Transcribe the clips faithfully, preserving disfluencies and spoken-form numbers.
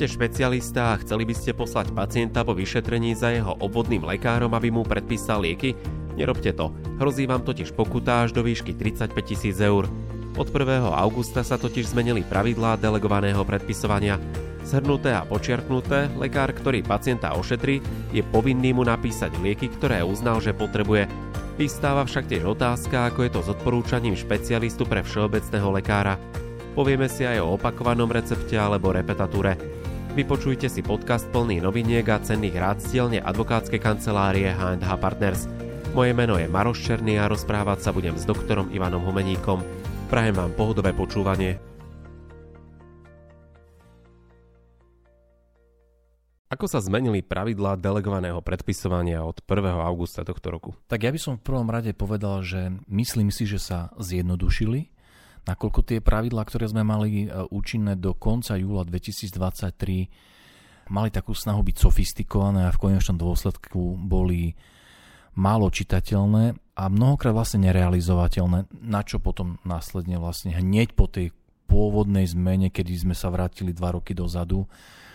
Ste špecialista a chceli by ste poslať pacienta po vyšetrení za jeho obvodným lekárom, aby mu predpísal lieky? Nerobte to. Hrozí vám totiž pokuta až do výšky tridsaťpäť tisíc eur. Od prvého augusta sa totiž zmenili pravidlá delegovaného predpisovania. Zhrnuté a počiarknuté, lekár, ktorý pacienta ošetrí, je povinný mu napísať lieky, ktoré uznal, že potrebuje. Vystáva však tiež otázka, ako je to s odporúčaním špecialistu pre všeobecného lekára. Povieme si aj o opakovanom recepte alebo repetatúre. Vypočujte si podcast plný noviniek a cenných rád z dielne advokátskej kancelárie há end há Partners. Moje meno je Maroš Černý a rozprávať sa budem s doktorom Ivanom Humeníkom. Prajem vám pohodové počúvanie. Ako sa zmenili pravidlá delegovaného predpisovania od prvého augusta tohto roku? Tak ja by som v prvom rade povedal, že myslím si, že sa zjednodušili, nakoľko tie pravidlá, ktoré sme mali účinné do konca júla dvetisícdvadsaťtri, mali takú snahu byť sofistikované a v konečnom dôsledku boli málo čitateľné a mnohokrát vlastne nerealizovateľné, na čo potom následne vlastne hneď po tej pôvodnej zmene, kedy sme sa vrátili dva roky dozadu,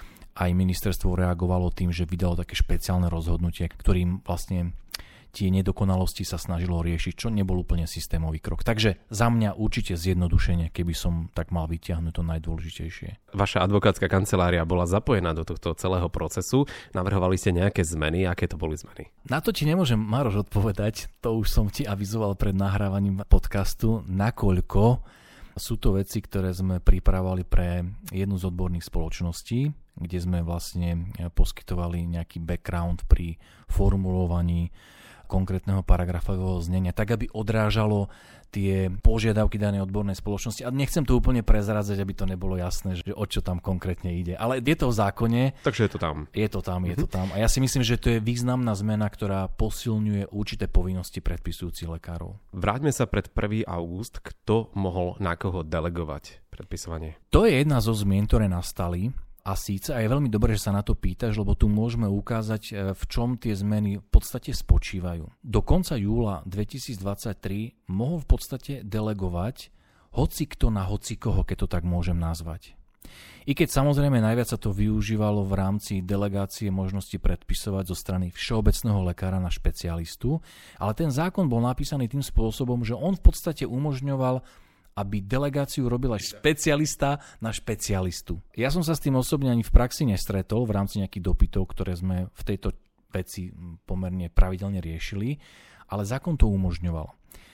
aj ministerstvo reagovalo tým, že vydalo také špeciálne rozhodnutie, ktorým vlastne tie nedokonalosti sa snažilo riešiť, čo nebol úplne systémový krok. Takže za mňa určite zjednodušenie, keby som tak mal vyťahnuť to najdôležitejšie. Vaša advokátska kancelária bola zapojená do tohto celého procesu. Navrhovali ste nejaké zmeny? Aké to boli zmeny? Na to ti nemôžem, Maroš, odpovedať. To už som ti avizoval pred nahrávaním podcastu, nakoľko sú to veci, ktoré sme pripravovali pre jednu z odborných spoločností, kde sme vlastne poskytovali nejaký background pri formulovaní konkrétneho paragrafového znenia, tak aby odrážalo tie požiadavky danej odbornej spoločnosti. A nechcem to úplne prezrádzať, aby to nebolo jasné, že o čo tam konkrétne ide. Ale je to v zákone. Takže je to tam. Je to tam, je to tam. A ja si myslím, že to je významná zmena, ktorá posilňuje určité povinnosti predpisujúcich lekárov. Vráťme sa pred prvého augusta. Kto mohol na koho delegovať predpisovanie? To je jedna zo zmien, ktoré nastali. A síce, a je veľmi dobré, že sa na to pýtaš, lebo tu môžeme ukázať, v čom tie zmeny v podstate spočívajú. Do konca júla dvetisícdvadsaťtri mohol v podstate delegovať hocikto na hocikoho, keď to tak môžem nazvať. I keď samozrejme najviac sa to využívalo v rámci delegácie možnosti predpisovať zo strany všeobecného lekára na špecialistu, ale ten zákon bol napísaný tým spôsobom, že on v podstate umožňoval, aby delegáciu robil až špecialista na špecialistu. Ja som sa s tým osobne ani v praxi nestretol v rámci nejakých dopytov, ktoré sme v tejto veci pomerne pravidelne riešili, ale zákon to umožňoval.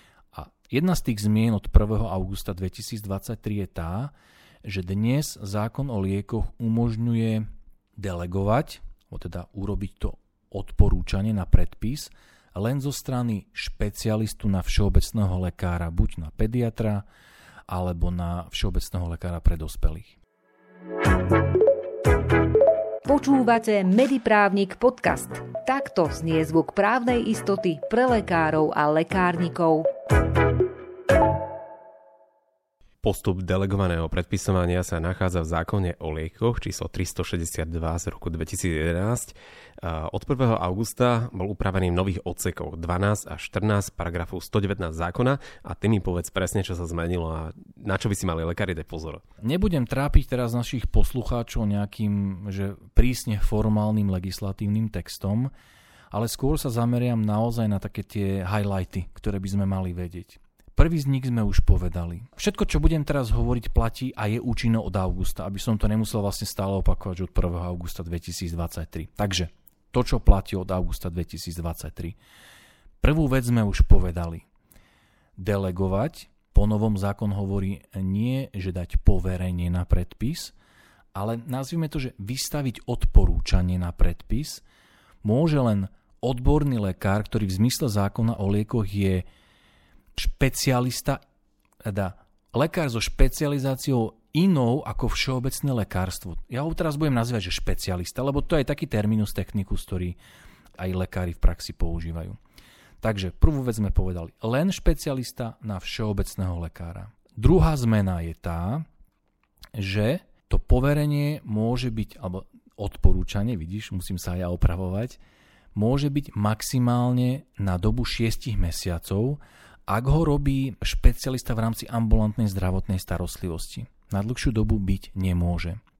A jedna z tých zmien od prvého augusta dvetisícdvadsaťtri je tá, že dnes zákon o liekoch umožňuje delegovať, teda urobiť to odporúčanie na predpis, len zo strany špecialistu na všeobecného lekára, buď na pediatra, alebo na všeobecného lekára pre dospelých. Počúvate Mediprávnik podcast. Takto znie zvuk právnej istoty pre lekárov a lekárnikov. Postup delegovaného predpisovania sa nachádza v zákone o liekoch číslo tristošesťdesiatdva z roku dvetisícjedenásť. Od prvého augusta bol upravený v nových odsekoch dvanásť a štrnásť paragrafu stodevätnásť zákona a ty mi povedz presne, čo sa zmenilo a na čo by si mali lekári dať pozor. Nebudem trápiť teraz našich poslucháčov nejakým že prísne formálnym legislatívnym textom, ale skôr sa zameriam naozaj na také tie highlighty, ktoré by sme mali vedieť. Prvý z nich sme už povedali. Všetko, čo budem teraz hovoriť, platí a je účinné od augusta, aby som to nemusel vlastne stále opakovať, že od prvého augusta dvetisícdvadsaťtri. Takže to, čo platí od augusta dvetisícdvadsaťtri. Prvú vec sme už povedali. Delegovať, po novom zákon hovorí nie, že dať poverenie na predpis, ale nazvime to, že vystaviť odporúčanie na predpis môže len odborný lekár, ktorý v zmysle zákona o liekoch je špecialista, teda lekár so špecializáciou inou ako všeobecné lekárstvo. Ja ho teraz budem nazývať, že špecialista, lebo to je taký terminus technicus, ktorý aj lekári v praxi používajú. Takže prvú vec sme povedali, len špecialista na všeobecného lekára. Druhá zmena je tá, že to poverenie môže byť, alebo odporúčanie, vidíš, musím sa aj ja opravovať, môže byť maximálne na dobu šiestich mesiacov, ak ho robí špecialista v rámci ambulantnej zdravotnej starostlivosti. Na dlhšiu dobu byť nemôže.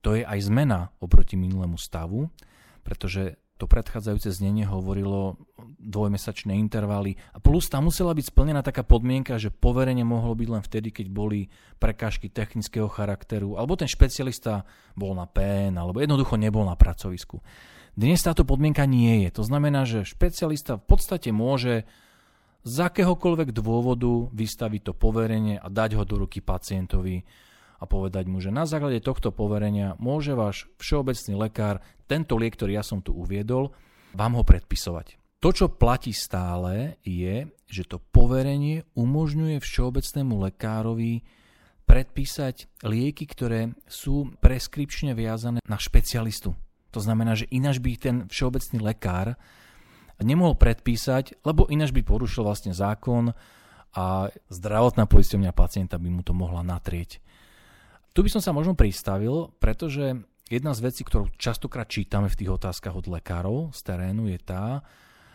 To je aj zmena oproti minulému stavu, pretože to predchádzajúce znenie hovorilo dvojmesačné intervaly a plus tam musela byť splnená taká podmienka, že poverenie mohlo byť len vtedy, keď boli prekážky technického charakteru alebo ten špecialista bol na pé en alebo jednoducho nebol na pracovisku. Dnes táto podmienka nie je. To znamená, že špecialista v podstate môže z akéhokoľvek dôvodu vystaviť to poverenie a dať ho do ruky pacientovi a povedať mu, že na základe tohto poverenia môže váš všeobecný lekár tento liek, ktorý ja som tu uviedol, vám ho predpisovať. To, čo platí stále, je, že to poverenie umožňuje všeobecnému lekárovi predpísať lieky, ktoré sú preskripčne viazané na špecialistu. To znamená, že ináč by ten všeobecný lekár nemohol predpísať, lebo ináč by porušil vlastne zákon a zdravotná poisťovňa pacienta by mu to mohla natrieť. Tu by som sa možno pristavil, pretože jedna z vecí, ktorú častokrát čítame v tých otázkach od lekárov z terénu je tá,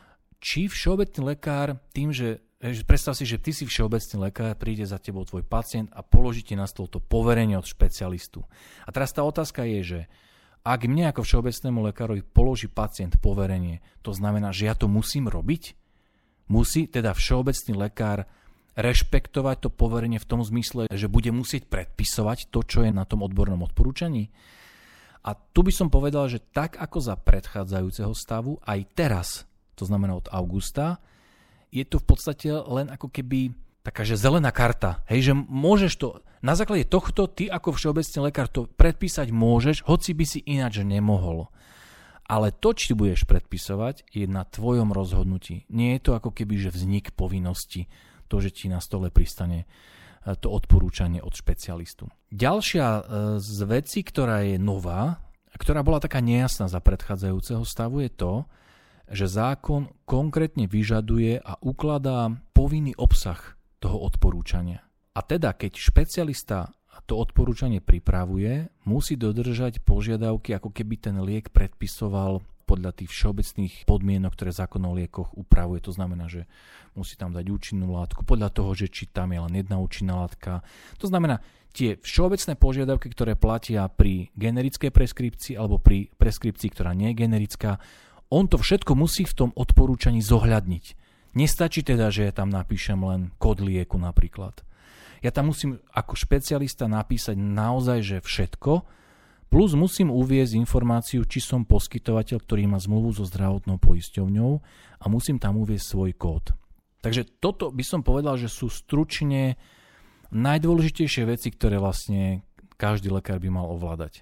či všeobecný lekár tým, že predstav si, že ty si všeobecný lekár, príde za tebou tvoj pacient a položí ti na stôl to poverenie od špecialistu. A teraz tá otázka je, že ak mne ako všeobecnému lekárovi položí pacient poverenie, to znamená, že ja to musím robiť? Musí teda všeobecný lekár rešpektovať to poverenie v tom zmysle, že bude musieť predpisovať to, čo je na tom odbornom odporúčaní? A tu by som povedal, že tak ako za predchádzajúceho stavu, aj teraz, to znamená od augusta, je to v podstate len ako keby taká, že zelená karta. Hej, že môžeš to, na základe tohto, ty ako všeobecný lekár to predpísať môžeš, hoci by si ináč nemohol. Ale to, či budeš predpisovať, je na tvojom rozhodnutí. Nie je to ako keby, že vznik povinnosti, to, že ti na stole pristane to odporúčanie od špecialistu. Ďalšia z vecí, ktorá je nová, a ktorá bola taká nejasná za predchádzajúceho stavu, je to, že zákon konkrétne vyžaduje a ukladá povinný obsah toho odporúčania. A teda, keď špecialista to odporúčanie pripravuje, musí dodržať požiadavky, ako keby ten liek predpisoval podľa tých všeobecných podmienok, ktoré zákon o liekoch upravuje. To znamená, že musí tam dať účinnú látku podľa toho, že či tam je len jedna účinná látka. To znamená, tie všeobecné požiadavky, ktoré platia pri generickej preskripcii alebo pri preskripcii, ktorá nie je generická, on to všetko musí v tom odporúčaní zohľadniť. Nestačí teda, že ja tam napíšem len kód lieku napríklad. Ja tam musím ako špecialista napísať naozaj, že všetko, plus musím uviesť informáciu, či som poskytovateľ, ktorý má zmluvu so zdravotnou poisťovňou a musím tam uviesť svoj kód. Takže toto by som povedal, že sú stručne najdôležitejšie veci, ktoré vlastne každý lekár by mal ovládať.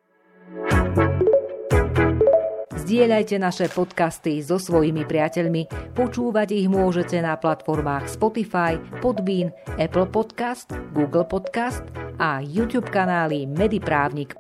Zdieľajte naše podcasty so svojimi priateľmi. Počúvať ich môžete na platformách Spotify, Podbean, Apple Podcast, Google Podcast a YouTube kanály Mediprávnik.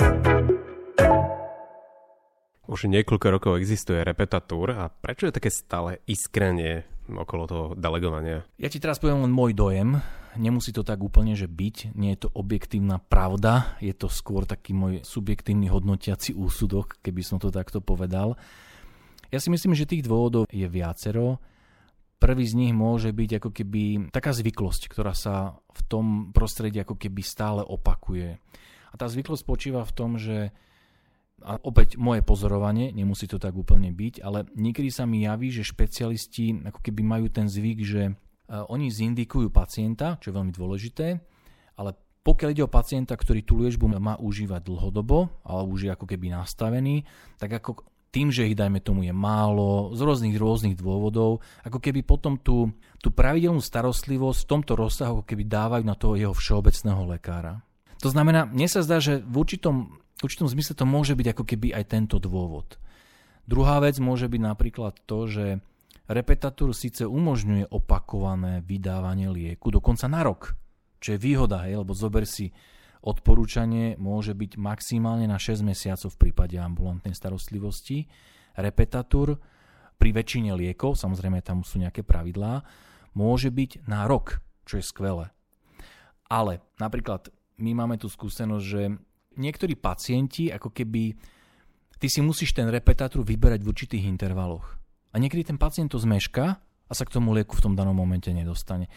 Už niekoľko rokov existuje Repetatur a prečo je také stále iskrenie okolo toho delegovania? Ja ti teraz poviem len môj dojem. Nemusí to tak úplne, že byť. Nie je to objektívna pravda. Je to skôr taký môj subjektívny hodnotiaci úsudok, keby som to takto povedal. Ja si myslím, že tých dôvodov je viacero. Prvý z nich môže byť ako keby taká zvyklosť, ktorá sa v tom prostredí ako keby stále opakuje. A tá zvyklosť spočíva v tom, že a opäť moje pozorovanie, nemusí to tak úplne byť, ale niekedy sa mi javí, že špecialisti ako keby majú ten zvyk, že oni zindikujú pacienta, čo je veľmi dôležité, ale pokiaľ ide o pacienta, ktorý tú liečbu má užívať dlhodobo, ale už je ako keby nastavený, tak ako tým, že ich dajme tomu je málo, z rôznych rôznych dôvodov, ako keby potom tú, tú pravidelnú starostlivosť v tomto rozsahu ako keby dávajú na toho jeho všeobecného lekára. To znamená, mne sa zdá, že v určitom V určitom zmysle to môže byť ako keby aj tento dôvod. Druhá vec môže byť napríklad to, že Repetatur síce umožňuje opakované vydávanie lieku, dokonca na rok, čo je výhoda, hej, lebo zober si, odporúčanie môže byť maximálne na šesť mesiacov v prípade ambulantnej starostlivosti. Repetatur pri väčšine liekov, samozrejme tam sú nejaké pravidlá, môže byť na rok, čo je skvelé. Ale napríklad my máme tu skúsenosť, že niektorí pacienti, ako keby ty si musíš ten Repetatur vyberať v určitých intervaloch. A niekedy ten pacient to zmešká a sa k tomu lieku v tom danom momente nedostane.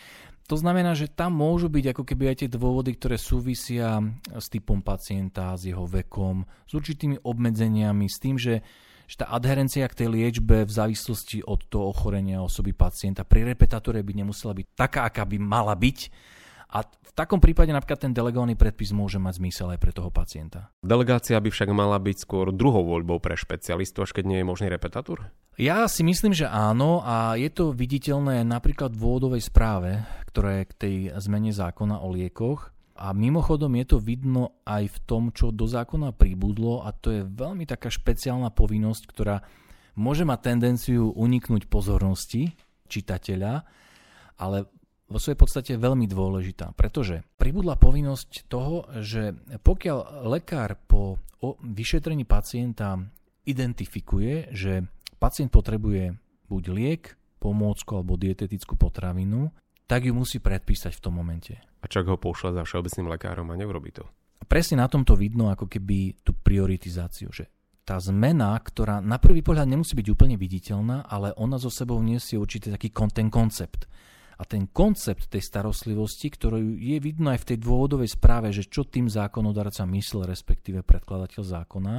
To znamená, že tam môžu byť ako keby aj tie dôvody, ktoré súvisia s typom pacienta, s jeho vekom, s určitými obmedzeniami, s tým, že, že tá adherencia k tej liečbe v závislosti od toho ochorenia osoby pacienta pri repetatúre by nemusela byť taká, aká by mala byť. A v takom prípade napríklad ten delegovaný predpis môže mať zmysel aj pre toho pacienta. Delegácia by však mala byť skôr druhou voľbou pre špecialistu, až keď nie je možný repetatúr? Ja si myslím, že áno a je to viditeľné napríklad v dôvodovej správe, ktorá je k tej zmene zákona o liekoch. A mimochodom je to vidno aj v tom, čo do zákona pribudlo a to je veľmi taká špeciálna povinnosť, ktorá môže mať tendenciu uniknúť pozornosti čitateľa, ale vo svojej podstate je veľmi dôležitá, pretože pribudla povinnosť toho, že pokiaľ lekár po vyšetrení pacienta identifikuje, že pacient potrebuje buď liek, pomôcku alebo dietetickú potravinu, tak ju musí predpísať v tom momente. A čak ho pošle za všeobecným lekárom a neurobí to? Presne na tomto vidno ako keby tú prioritizáciu, že tá zmena, ktorá na prvý pohľad nemusí byť úplne viditeľná, ale ona so sebou nesie určitý taký ten koncept. A ten koncept tej starostlivosti, ktorú je vidno aj v tej dôvodovej správe, že čo tým zákonodarca myslel, respektíve predkladateľ zákona,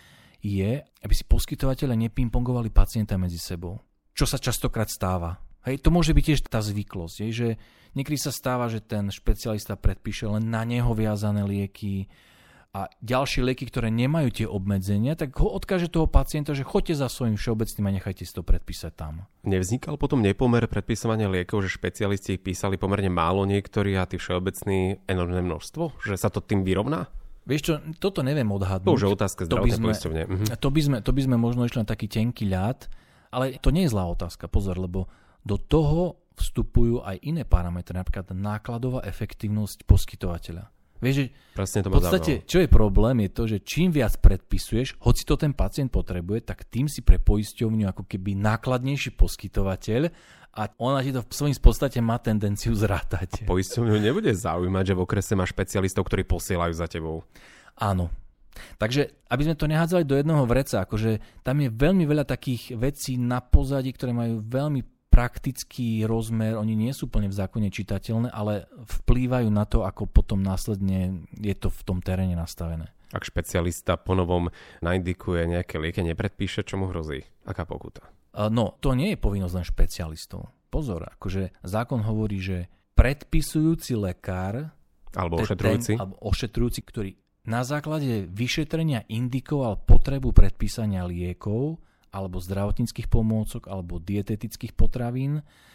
je, aby si poskytovateľe nepingpongovali pacienta medzi sebou. Čo sa častokrát stáva. Hej, to môže byť tiež tá zvyklosť, hej, že niekedy sa stáva, že ten špecialista predpíše len na neho viazané lieky a ďalšie lieky, ktoré nemajú tie obmedzenia, tak ho odkáže toho pacienta, že choďte za svojím všeobecným a nechajte si to predpísať tam. Nevznikal potom nepomer predpisovania liekov, že špecialisti ich písali pomerne málo niektorí a tí všeobecní enormné množstvo? Že sa to tým vyrovná? Vieš čo, toto neviem odhadnúť. To už je otázka zdravotnej poisťovne. Mhm. To by sme, to by sme možno išli na taký tenký ľad, ale to nie je zlá otázka, pozor, lebo do toho vstupujú aj iné parametre, napríklad nákladová efektívnosť poskytovateľa. Vieš, že Presne to v podstate, čo je problém, je to, že čím viac predpisuješ, hoci to ten pacient potrebuje, tak tým si pre poisťovňu ako keby nákladnejší poskytovateľ a ona ti to v svojím podstate má tendenciu zrátať. A poisťovňu nebude zaujímať, že v okrese má špecialistov, ktorí posielajú za tebou. Áno. Takže, aby sme to nehádzali do jedného vreca, akože tam je veľmi veľa takých vecí na pozadí, ktoré majú veľmi praktický rozmer, oni nie sú úplne v zákone čitateľné, ale vplývajú na to, ako potom následne je to v tom teréne nastavené. Ak špecialista ponovom naindikuje nejaké lieky, nepredpíše, čo mu hrozí? Aká pokuta? No, to nie je povinnosť len špecialistov. Pozor, akože zákon hovorí, že predpisujúci lekár alebo ošetrujúci, ten, alebo ošetrujúci, ktorý na základe vyšetrenia indikoval potrebu predpísania liekov alebo zdravotníckych pomôcok, alebo dietetických potravín,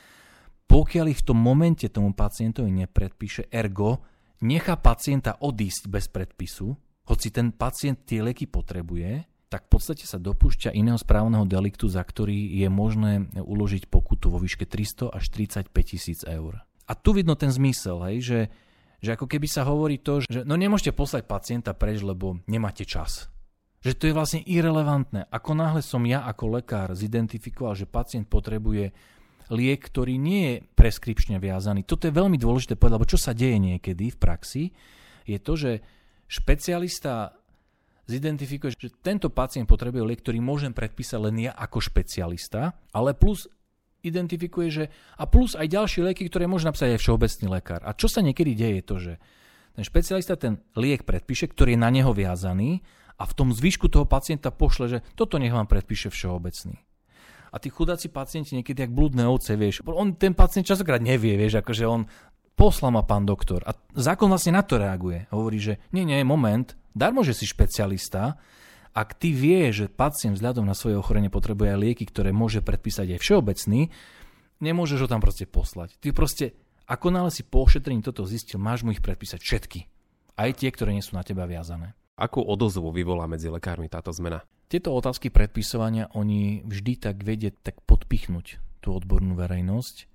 pokiaľ ich v tom momente tomu pacientovi nepredpíše, ergo nechá pacienta odísť bez predpisu, hoci ten pacient tie lieky potrebuje, tak v podstate sa dopúšťa iného správneho deliktu, za ktorý je možné uložiť pokutu vo výške tristo až tridsaťpäť tisíc eur. A tu vidno ten zmysel, hej, že, že ako keby sa hovorí to, že no nemôžete poslať pacienta preč, lebo nemáte čas. Že to je vlastne irelevantné. Ako náhle som ja ako lekár zidentifikoval, že pacient potrebuje liek, ktorý nie je preskripčne viazaný. Toto je veľmi dôležité povedať, lebo čo sa deje niekedy v praxi, je to, že špecialista zidentifikuje, že tento pacient potrebuje liek, ktorý môžem predpísať len ja ako špecialista, ale plus identifikuje, že a plus aj ďalšie lieky, ktoré môže napísať aj všeobecný lekár. A čo sa niekedy deje je to, že ten špecialista ten liek predpíše, ktorý je na neho viazaný, a v tom zvyšku toho pacienta pošle, že toto nech vám predpíše všeobecný. A tí chudáci pacienti niekedy jak blúdne ovce, vieš. On, ten pacient častokrát nevie, vieš, akože on poslal ma pán doktor. A zákon vlastne na to reaguje. Hovorí, že nie, nie, moment, darmo, že si špecialista, ak ty vie, že pacient vzhľadom na svoje ochorenie potrebuje aj lieky, ktoré môže predpísať aj všeobecný, nemôžeš ho tam proste poslať. Ty proste, ako náhle si po ošetrení toto zistil, máš mu ich predpísať všetky. Aj tie, ktoré nie sú na teba viazané. Akú odozvu vyvolá medzi lekármi táto zmena? Tieto otázky predpisovania oni vždy tak vedie tak podpichnúť tú odbornú verejnosť,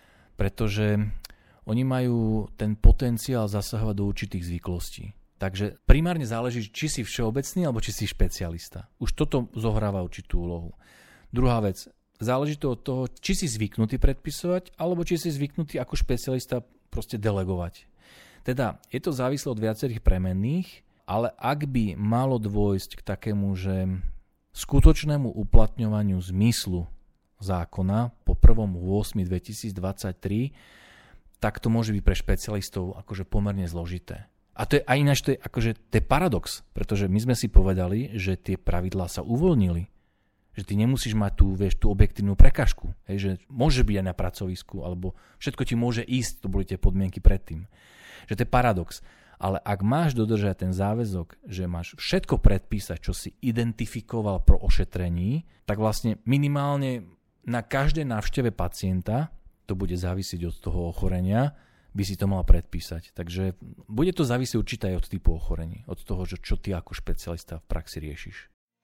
pretože oni majú ten potenciál zasahovať do určitých zvyklostí. Takže primárne záleží, či si všeobecný alebo či si špecialista. Už toto zohráva určitú úlohu. Druhá vec, záleží to od toho, či si zvyknutý predpisovať alebo či si zvyknutý ako špecialista proste delegovať. Teda je to závislé od viacerých premenných, ale ak by malo dôjsť k takému, že skutočnému uplatňovaniu zmyslu zákona po prvého ôsmeho dvetisícdvadsaťtri, tak to môže byť pre špecialistov akože pomerne zložité. A to je aj ináč, to je, akože, to je paradox, pretože my sme si povedali, že tie pravidlá sa uvoľnili. Že ty nemusíš mať tú, vieš, tú objektívnu prekažku. Hej, že môže byť aj na pracovisku, alebo všetko ti môže ísť, to boli tie podmienky predtým. Že to je paradox. Ale ak máš dodržať ten záväzok, že máš všetko predpísať, čo si identifikoval pro ošetrení, tak vlastne minimálne na každej návšteve pacienta, to bude závisiť od toho ochorenia, by si to mal predpísať. Takže bude to závisieť určite aj od typu ochorení, od toho, že čo ty ako špecialista v praxi riešiš.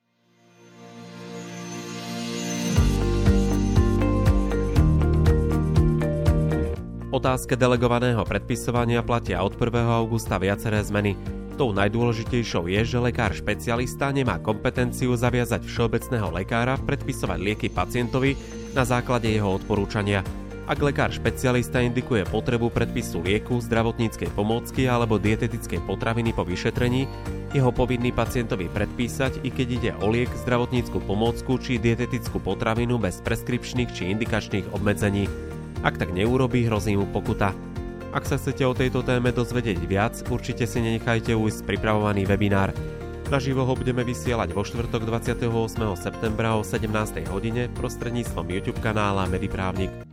Otázke delegovaného predpisovania platia od prvého augusta viaceré zmeny. Tou najdôležitejšou je, že lekár špecialista nemá kompetenciu zaviazať všeobecného lekára predpisovať lieky pacientovi na základe jeho odporúčania. Ak lekár špecialista indikuje potrebu predpisu lieku, zdravotníckej pomôcky alebo dietetickej potraviny po vyšetrení, je ho povinný pacientovi predpísať, i keď ide o liek, zdravotnícku pomôcku či dietetickú potravinu bez preskripčných či indikačných obmedzení. Ak tak neurobí, hrozí mu pokuta. Ak sa chcete o tejto téme dozvedieť viac, určite si nenechajte ujsť pripravovaný webinár. Naživo ho budeme vysielať vo štvrtok dvadsiateho ôsmeho septembra o sedemnástej hodine prostredníctvom YouTube kanála Mediprávnik.